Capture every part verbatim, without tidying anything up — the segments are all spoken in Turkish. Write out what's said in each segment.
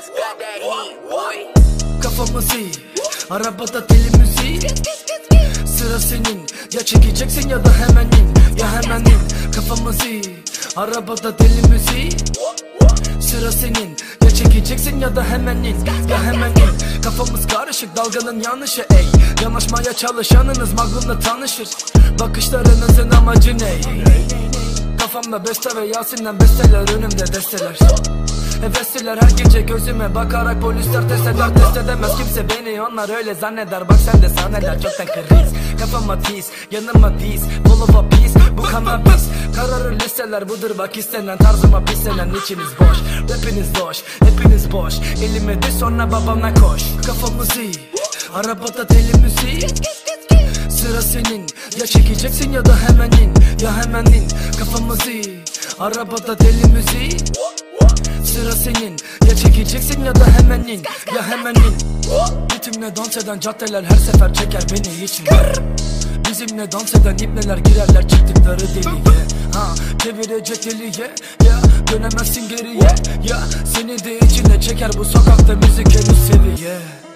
Kafamız iyi, arabada deli müziği. Sıra senin, ya çekeceksin ya da hemen in, ya hemen in. Kafamız iyi, arabada deli müziği. Sıra senin, ya çekeceksin ya da hemen in, ya hemen in. Kafamız karışık, dalganın yanlışı ey. Yanaşmaya çalışanınız Magnum'la tanışır. Bakışlarınızın amacı ne? Kafamda beste ve Yasin'den besteler, önümde desteler. Hevesliler her gece gözüme bakarak polisler test eder. Test edemez kimse beni, onlar öyle zanneder. Bak sen de sahneler çoktan kriz. Kafama tiz, yanıma diz, full of a peace. Bu kanabis, kararır listeler budur. Bak istenen tarzıma pislenen, içiniz boş. Rapiniz loş, hepiniz boş. Elime de sonra babamla koş. Kafamız iyi, arabada deli müziği. Sıra senin, ya çekeceksin ya da hemen in, ya hemen in. Kafamız iyi, arabada deli müziği. Sıra senin, ya çekeceksin ya da hemen in, ya hemen in. Ritimle dans eden caddeler her sefer çeker beni içine. Bizimle dans eden ipneler girerler çıktıkları deliye. Ha, çevirecek deliye, ya dönemezsin geriye. Ya seni de içine çeker bu sokakta müzik en üst seviye.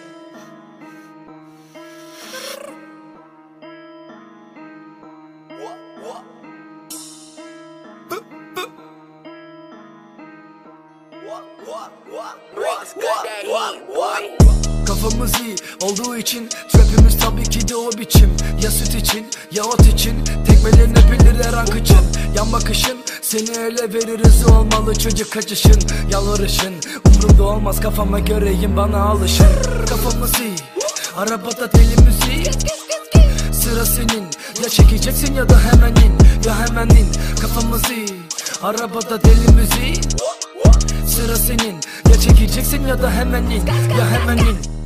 Kafamız iyi olduğu için trapimiz tabii ki de o biçim. Ya süt için ya ot için, tekmelerin öpülür her an kıçın. Yan bakışın seni ele verir, hızlı olmalı çocuk kaçışın. Yalvarışın umurumda olmaz, kafama göreyim bana alışın. Kafamız iyi, arabada deli müziği. Sıra senin, ya çekeceksin ya da hemen in, ya hemen in. Kafamız iyi, arabada deli müziği. Sıra senin, ya çekeceksin ya da hemen in, ya hemen in.